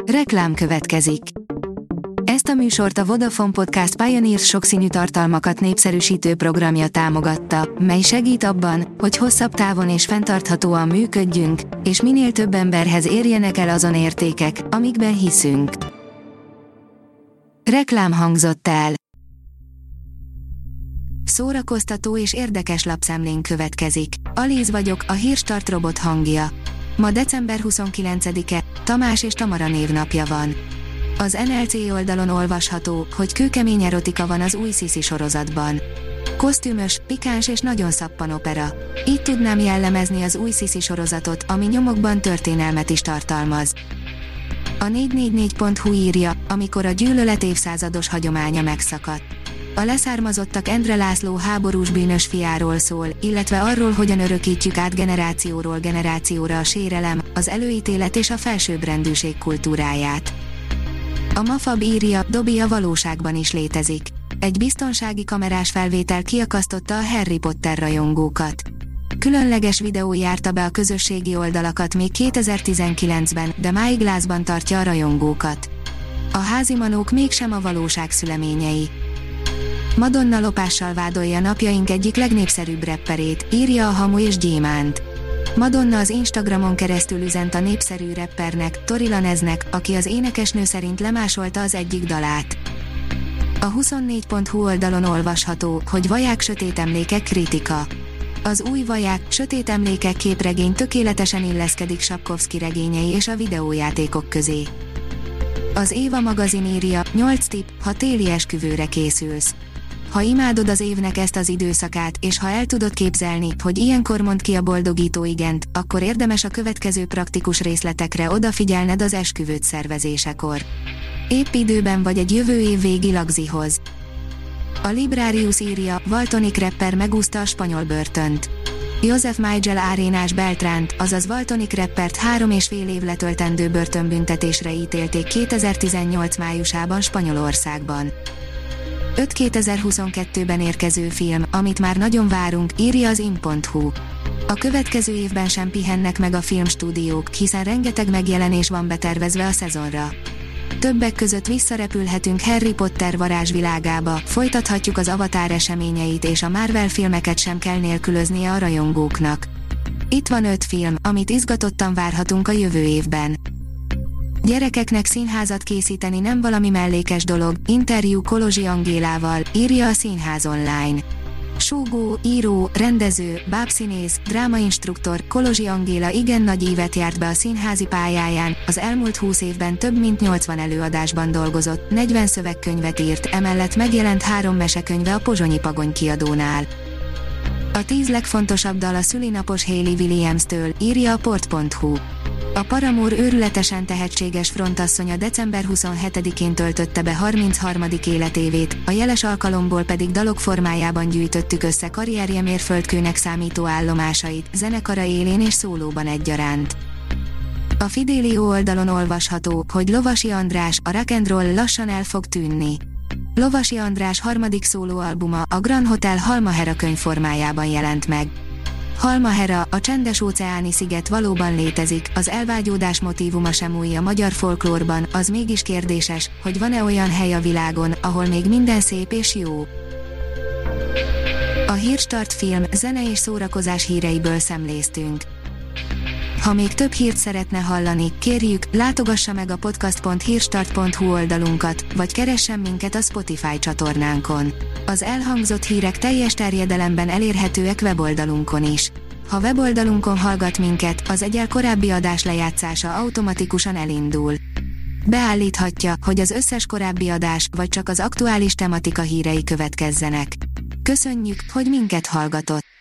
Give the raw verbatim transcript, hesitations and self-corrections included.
Reklám következik. Ezt a műsort a Vodafone Podcast Pioneers sokszínű tartalmakat népszerűsítő programja támogatta, mely segít abban, hogy hosszabb távon és fenntarthatóan működjünk, és minél több emberhez érjenek el azon értékek, amikben hiszünk. Reklám hangzott el. Szórakoztató és érdekes lapszemlén következik. Alíz vagyok, a Hírstart robot hangja. Ma december huszonkilencedike, Tamás és Tamara névnapja van. Az en el cé oldalon olvasható, hogy kőkemény erotika van az új Sisi sorozatban. Kosztümös, pikáns és nagyon szappan opera. Így tudnám jellemezni az új Sisi sorozatot, ami nyomokban történelmet is tartalmaz. A négy négy négy pont hu írja, amikor a gyűlölet évszázados hagyománya megszakadt. A leszármazottak Endre László háborús bűnös fiáról szól, illetve arról, hogyan örökítjük át generációról generációra a sérelem, az előítélet és a felsőbbrendűség kultúráját. A Mafab írja, Dobby a valóságban is létezik. Egy biztonsági kamerás felvétel kiakasztotta a Harry Potter rajongókat. Különleges videó járta be a közösségi oldalakat még kétezer-tizenkilencben, de máig lázban tartja a rajongókat. A házimanók mégsem a valóság szüleményei. Madonna lopással vádolja napjaink egyik legnépszerűbb rapperét, írja a Hamu és Gyémánt. Madonna az Instagramon keresztül üzent a népszerű rappernek, Tory Laneznek, aki az énekesnő szerint lemásolta az egyik dalát. A huszonnégy pont hu oldalon olvasható, hogy Vaják sötét emlékek kritika. Az új Vaják, sötét emlékek képregény tökéletesen illeszkedik Sapkowski regényei és a videójátékok közé. Az Éva magazin írja, nyolc tipp, ha téli esküvőre készülsz. Ha imádod az évnek ezt az időszakát, és ha el tudod képzelni, hogy ilyenkor mond ki a boldogító igent, akkor érdemes a következő praktikus részletekre odafigyelned az esküvőt szervezésekor. Épp időben vagy egy jövő év végi lagzihoz. A Librarius írja, Valtonik rapper megúszta a spanyol börtönt. Joseph Miguel Arenas Beltránt, azaz Valtonik rappert három és fél év letöltendő börtönbüntetésre ítélték kétezer-tizennyolc májusában Spanyolországban. öt kétezer-huszonkettőben érkező film, amit már nagyon várunk, írja az in pont hu. A következő évben sem pihennek meg a filmstúdiók, hiszen rengeteg megjelenés van betervezve a szezonra. Többek között visszarepülhetünk Harry Potter varázsvilágába, folytathatjuk az Avatar eseményeit és a Marvel filmeket sem kell nélkülöznie a rajongóknak. Itt van öt film, amit izgatottan várhatunk a jövő évben. Gyerekeknek színházat készíteni nem valami mellékes dolog, interjú Kolozsi Angélával, írja a Színház online. Súgó, író, rendező, bábszínész, drámainstruktor, Kolozsi Angéla igen nagy ívet járt be a színházi pályáján, az elmúlt húsz évben több mint nyolcvan előadásban dolgozott, negyven szövegkönyvet írt, emellett megjelent három mesekönyve a Pozsonyi Pagony kiadónál. A tíz legfontosabb dal a szülinapos Hayley Williams-től, írja a port pont hu. A Paramore őrületesen tehetséges frontasszonya december huszonhetedikén töltötte be harmincharmadik életévét, a jeles alkalomból pedig dalok formájában gyűjtöttük össze karrierje mérföldkőnek számító állomásait, zenekara élén és szólóban egyaránt. A Fidelio oldalon olvasható, hogy Lovasi András, a rock and roll lassan el fog tűnni. Lovasi András harmadik szólóalbuma, a Grand Hotel Halmahera könyv formájában jelent meg. Halmahera, a csendes-óceáni sziget valóban létezik, az elvágyódás motívuma sem új a magyar folklórban, az mégis kérdéses, hogy van-e olyan hely a világon, ahol még minden szép és jó. A Hírstart film, zene és szórakozás híreiből szemléztünk. Ha még több hírt szeretne hallani, kérjük, látogassa meg a podcast pont hírstart pont hu oldalunkat, vagy keressen minket a Spotify csatornánkon. Az elhangzott hírek teljes terjedelemben elérhetőek weboldalunkon is. Ha weboldalunkon hallgat minket, az egyel korábbi adás lejátszása automatikusan elindul. Beállíthatja, hogy az összes korábbi adás, vagy csak az aktuális tematika hírei következzenek. Köszönjük, hogy minket hallgatott!